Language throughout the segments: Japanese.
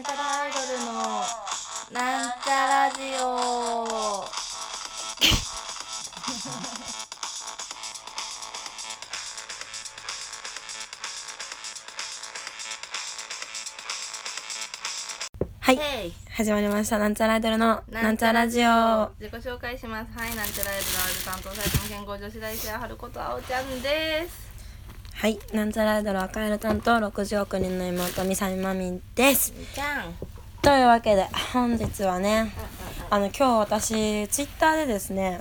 なんちゃらアイドルのなんちゃラジオはい、 ヘイ始まりました。なんちゃらアイドルのなんちゃラジオ。 自己紹介します。はい、なんちゃらアイドルのアイドル担当サイトの健康女子大生春子とあおちゃんです。 はい、なんちゃらアイドル赤色担当60億人の妹みさみまみです。 ちゃんというわけで本日はね、今日私ツイッターでですね、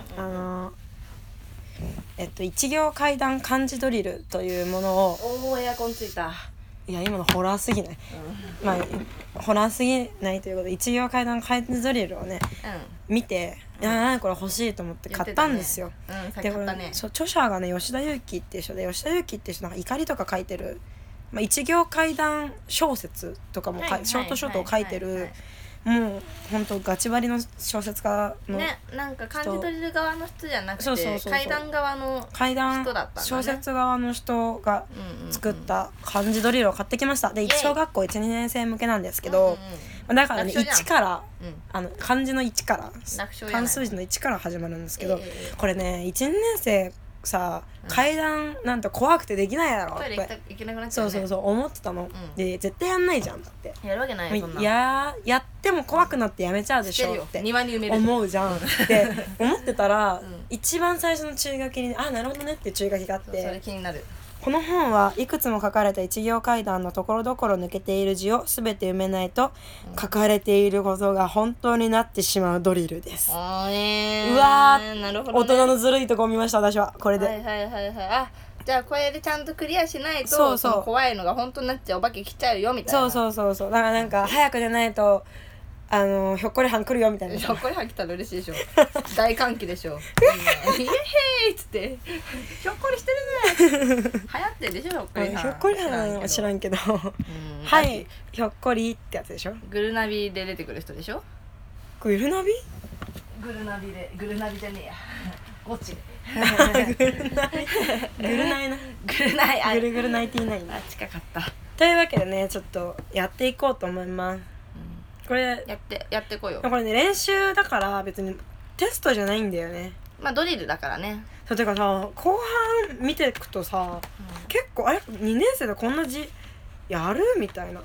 一行階段漢字ドリルというものをエアコンついた。 いや今のホラーすぎない、まあホラーすぎないということで一行階段漢字ドリルをね、見ていやこれ欲しいと思って買ったんですよ。 でこれ著者がね吉田裕樹っていう人で、吉田裕樹っていう人なんか怒りとか書いてる、一行階段小説とかも、ショートショートを書いてる、もう本当ガチバリの小説家のね、なんか漢字ドリル側の人じゃなくてそう階段側の人だったんだね。 小説側の人が作った漢字ドリルを買ってきました。で小学校 1,2 年生向けなんですけど、だからね1から、漢字の1から漢数字の1から始まるんですけど、これね1,2 年生さ、階段なんて怖くてできないだろってそう思ってたの、で絶対やんないじゃんだってやるわけないよそんな。 やっても怖くなってやめちゃうでしょって思うじゃんって思ってたら、一番最初の注意書きになるほどねっていう注意書きがあって、 それ気になる。 この本はいくつも書かれた一行階段のところどころ抜けている字を全て埋めないと書かれていることが本当になってしまうドリルです。うわー、 なるほど、ね、 大人のずるいとこを見ました私はこれで。 じゃあこれでちゃんとクリアしないとそう怖いのが本当になっちゃう、お化け来ちゃうよみたいな。 そうだからなんか早く出ないとひょっこりはん来るよみたいな。 ひょっこりはん来たら嬉しいでしょ大歓喜でしょイエヘーイっつってひょっこりしてるね流行ってるでしょひょっこりはん。 ひょっこりはんは知らんけどはいひょっこりってやつでしょ。 グルナビで出てくる人でしょ。 グルナビグルナビじゃねえやゴチでグルナイなぐるぐるナイティナイン。 近かった。 というわけでねちょっとやっていこうと思います。これやってこよう。 これね練習だから別にテストじゃないんだよね。 ドリルだからね。 そうてかさ後半見ていくとさ、結構2年生でこんな字やるみたいな。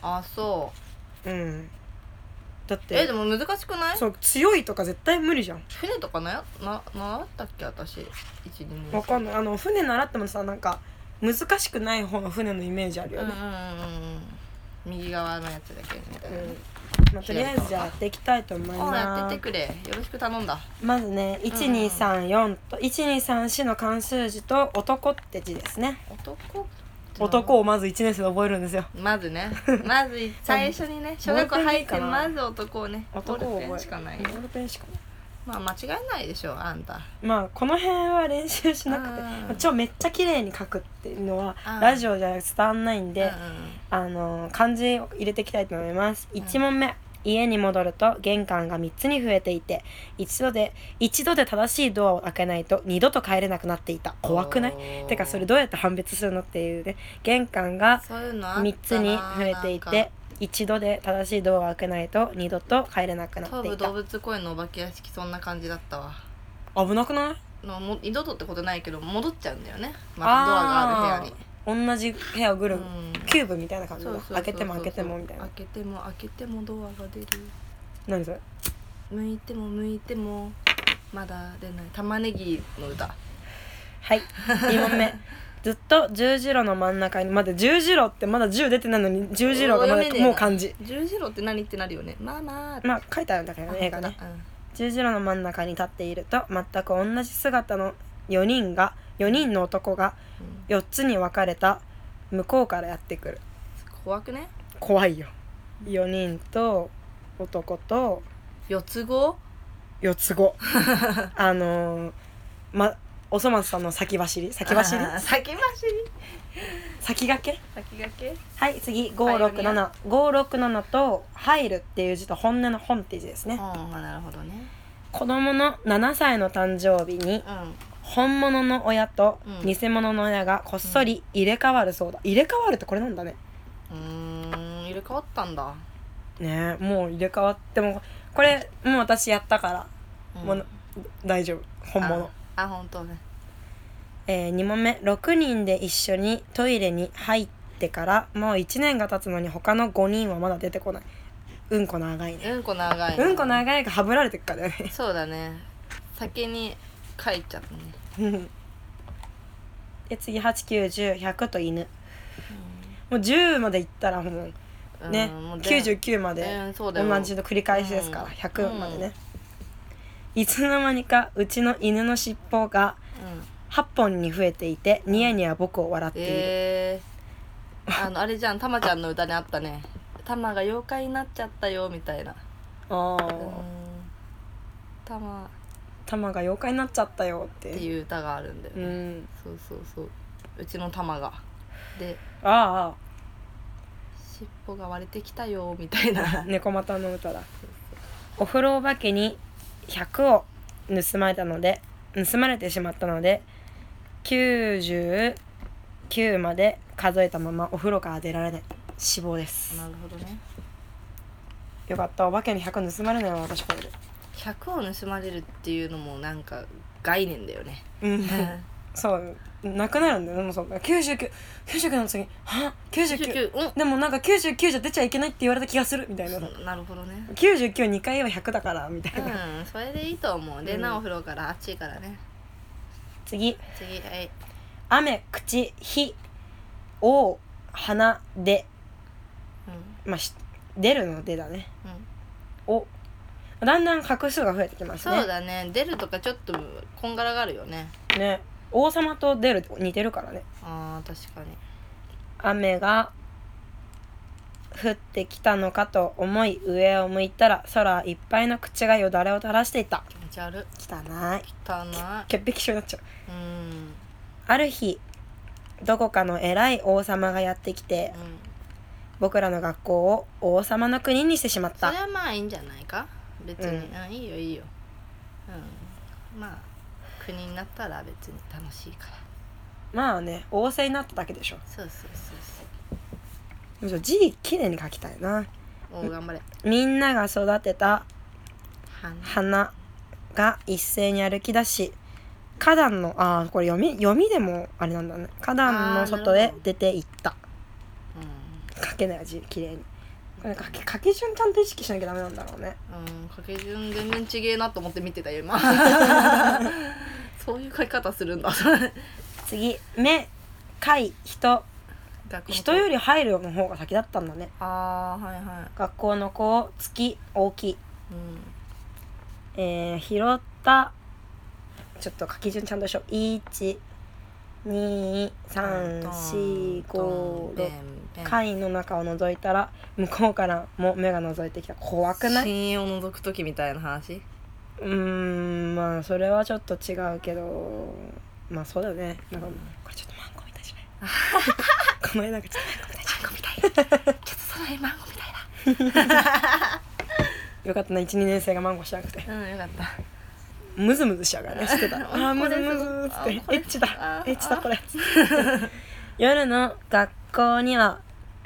だってでも難しくない？ そう強いとか絶対無理じゃん。 船とか習ったっけ私1、2年。 わかんない船習ってもさなんか難しくない方の船のイメージあるよね。 右側のやつだけみたいな。 とりあえずじゃあやっていきたいと思います。 やってってくれよろしく頼んだ。 まずね1234と1234の漢数字と男って字ですね。男をまず1年生で覚えるんですよ。 まず最初にね小学校入ってまず男をね男を覚える。 ボールペンしかない。間違いないでしょあんた。 この辺は練習しなくてめっちゃ綺麗に書くっていうのはラジオじゃ伝わんないんで、漢字を入れていきたいと思います。1問目、家に戻ると玄関が3つに増えていて一度で正しいドアを開けないと二度と帰れなくなっていた。怖くない？てかそれどうやって判別するのっていうね。玄関が3つに増えていて一度で正しいドアを開けないと二度と帰れなくなっていた。 東武動物公園のお化け屋敷そんな感じだったわ。 危なくない？ 二度とってことないけど戻っちゃうんだよね、ドアがある部屋に。 同じ部屋をぐるキューブみたいな感じだ。開けてもみたいな。 開けてもドアが出る。 何それ？ 向いてもまだ出ない。玉ねぎの歌。 はい2問目ずっと十字路の真ん中に、まだ十字路ってまだ10出てないのに十字路がまだもう漢字。 十字路って何ってなるよね。 書いてあるんだけどね映画ね。十字路の真ん中に立っていると全く同じ姿の4人の男が4つに分かれた向こうからやってくる。 怖くね？ 怖いよ。4人と男と四つ子おそ松さんの先駆けはい次567と入るっていう字と本音の本っていう字ですね。 なるほどね。 子供の7歳の誕生日に、本物の親と偽物の親がこっそり入れ替わるそうだ。入れ替わるってこれなんだね。 入れ替わったんだ。 ねもう入れ替わってもこれもう私やったから、もう大丈夫本物。 本当ね。 2問目6人で一緒にトイレに入ってからもう1年が経つのに他の5人はまだ出てこない。うんこ長いね。 うんこ長い。 うんこ長いがはぶられてくからね。 そうだね。先に帰っちゃったね。 で次8910100と犬、もう10までいったらもうね、 もう 99までそうだよ同じの繰り返しですから、100までね、いつの間にかうちの犬の尻尾が8本に増えていてニヤニヤ僕を笑っている。 あれじゃん、たまちゃんの歌にあったね。たまが妖怪になっちゃったよみたいな。 たまが妖怪になっちゃったよっていう歌があるんだよね。そううちのたまがで尻尾が割れてきたよみたいな猫又の歌だ。お風呂お化けに100を盗まれてしまったので99まで数えたままお風呂から出られない、死亡です。 なるほどね。 よかった、お化けに100盗まれないわ私これで。 100を盗まれるっていうのもなんか概念だよね。 そうなくなるんだよ。でもそう99の次99、でもなんか99じゃ出ちゃいけないって言われた気がするみたいな。 なるほどね。 992回は100だからみたいな。 それでいいと思う。でお風呂から暑いからね。 次はい。 雨口火お鼻で、出るのでだね。だんだん画数が増えてきますね。 そうだね。出るとかちょっとこんがらがるよね。 ね、王様と出る似てるからね。 確かに。 雨が降ってきたのかと思い上を向いたら空いっぱいの口がよだれを垂らしていた。 気持ち悪い。 汚い潔癖症になっちゃう。ある日どこかの偉い王様がやってきて、僕らの学校を王様の国にしてしまった。 それはまあいいんじゃないか別に。いいよ。まあ国になったら別に楽しいから。 まあね、王政になっただけでしょ。 そう字きれいに書きたいな。 頑張れ。 みんなが育てた花が一斉に歩き出し花壇のこれ読みでもあれなんだね。花壇の外へ出て行った。書けない字きれいに。これ書き順ちゃんと意識しなきゃダメなんだろうね。 書き順全然ちげえなと思って見てたよ今。そういう書き方するんだ。 次目貝人より入るの方が先だったんだね。学校の子を月大きい、拾ったちょっと書き順ちゃんとしよう。12345貝の中を覗いたら向こうからも目が覗いてきた。怖くない？ 深淵を覗く時みたいな話。 まあそれはちょっと違うけど、まあそうだよね。なんかこれちょっとマンゴーみたいじゃない？この絵なんかちょっとマンゴーみたい。ちょっとその絵マンゴーみたいだ。よかったな、1,2 年生がマンゴーしなくて。 よかった。 ムズムズしちゃうからね、知ってたら。ムズムズってエッチだこれ。夜の学校には、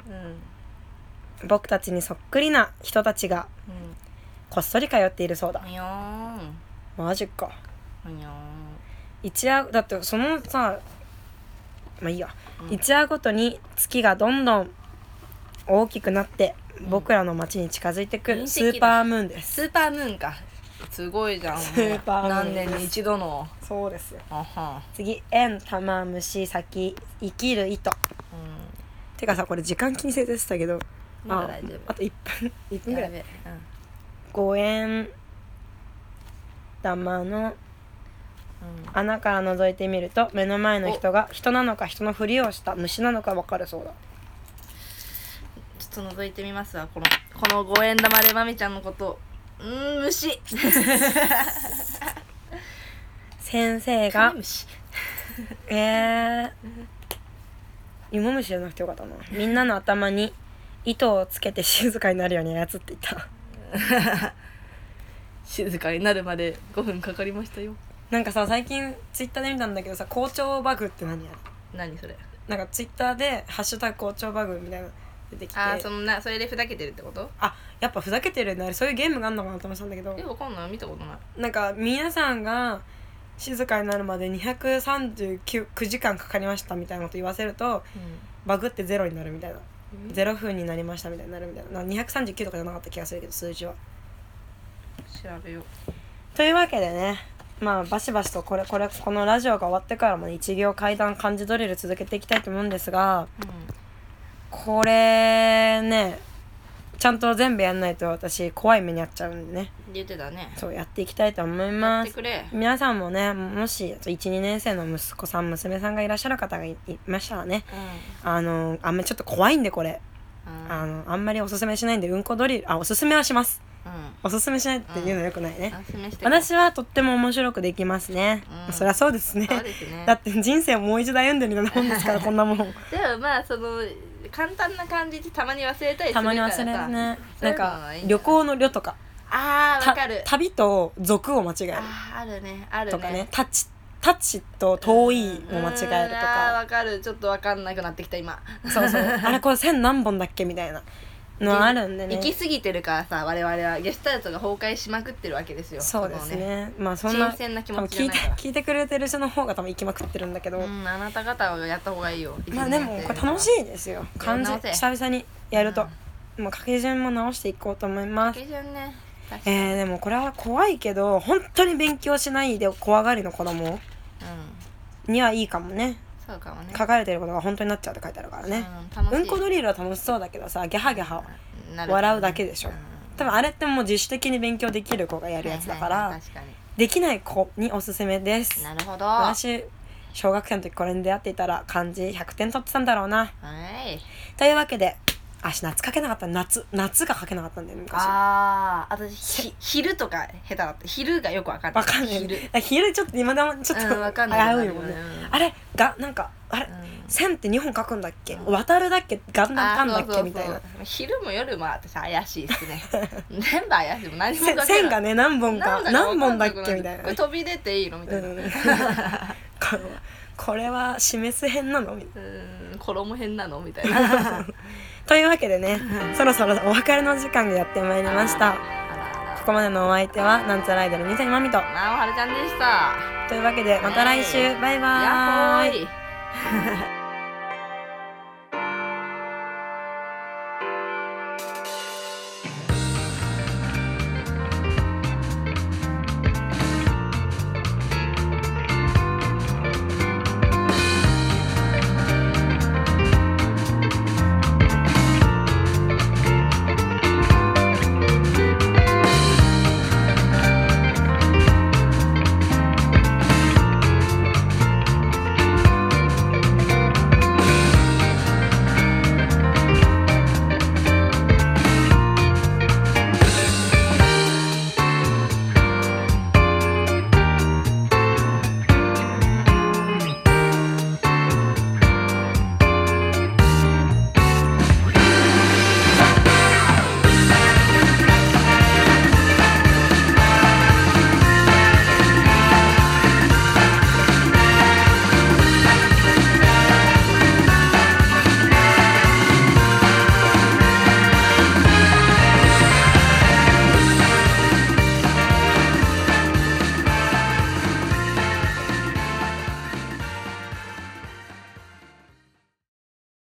僕たちにそっくりな人たちがこっそり通っているそうだ。マジか。一夜だってそのさ、まあいいや、一夜ごとに月がどんどん大きくなって僕らの街に近づいてくるスーパームーンです。 スーパームーンか。すごいじゃん。 スーパームーン何年に一度の。 そうですよ。次円玉虫先生きる糸。てかさ、これ時間気にせずしたけど、あと1分ぐらい。5円玉の穴から覗いてみると目の前の人が人なのか人のふりをした虫なのか分かるそうだ。 ちょっと覗いてみますわ。この5円玉でまみちゃんのこと虫。 先生が芋虫じゃなくてよかったな。みんなの頭に糸をつけて静かになるように操っていた。 静かになるまで5分かかりましたよ。 なんかさ、最近ツイッターで見たんだけどさ、校長バグって何やる？ 何それ？ なんかツイッターでハッシュタグ校長バグみたいな出てきて、 それでふざけてるってこと？ あ、やっぱふざけてるんだ、そういうゲームがあるのかなと思ってたんだけど、 わかんない、見たことない。 なんか皆さんが静かになるまで239時間かかりましたみたいなこと言わせると、バグってゼロになるみたいな、0分になりましたみたいになるみたいな、239とかじゃなかった気がするけど、数字は。 調べよう。 というわけでね、まあバシバシとこのラジオが終わってからも一行階段漢字ドリル続けていきたいと思うんですが、これねちゃんと全部やんないと私怖い目に遭っちゃうんでね。 言ってたね。 そうやっていきたいと思います。 やってくれ。 皆さんもね、もし 1,2 年生の息子さん娘さんがいらっしゃる方が いましたらね、あんまりちょっと怖いんでこれ、あんまりおすすめしないんで、うんこドリルおすすめはします、おすすめしないっていうのはよくないね、私はとっても面白くできますね、そりゃそうですね。だって人生をもう一度歩んでるようなもんですからこんなもん。でもまあ簡単な感じってたまに忘れたりするからさ。たまに忘れるね。 なんか旅行の旅とか、 わかる。 旅と俗を間違える。 あるね、あるね。 とかね、タッチと遠いを間違えるとか。 わかる。ちょっとわかんなくなってきた今。 そうあれこれ1000何本だっけみたいなのあるんでね。 行き過ぎてるからさ、我々はゲスタルトが崩壊しまくってるわけですよ。 そうですね。まあそんな新鮮な気持ちじゃないから。 聞いてくれてる人の方が多分行きまくってるんだけど。 あなた方はやった方がいいよ。 まあでもこれ楽しいですよ。漢字久々にやると。もう書き順も直していこうと思います。 書き順ね。 でもこれは怖いけど本当に勉強しないで怖がりの子供にはいいかもね。 そうかもね。 書かれてることが本当になっちゃうって書いてあるからね。うんこドリルは楽しそうだけどさ、ギャハギャハ笑うだけでしょ。多分あれってもう自主的に勉強できる子がやるやつだから、できない子におすすめです。 なるほど。 私小学生の時これに出会っていたら漢字100点取ってたんだろうな。というわけで夏書けなかった。夏が書けなかったんだよ昔。 私昼とか下手だった。昼がよくわかんない。 昼ちょっと今でもちょっとわかんない。 危ういもんね。あれがなんか線って2本書くんだっけ、渡るだっけ、ガンダンタンだっけみたいな。 昼も夜も私怪しいですね。全部怪しい。何も線がね何本だっけみたいな。 飛び出ていいのみたいな。 これは示す編なのみたいな。衣編なのみたいな。 というわけでね、そろそろお別れの時間がやってまいりました。ここまでのお相手はなんちゃらアイドル水谷まみとはるちゃんでした。 というわけでまた来週、バイバーイ。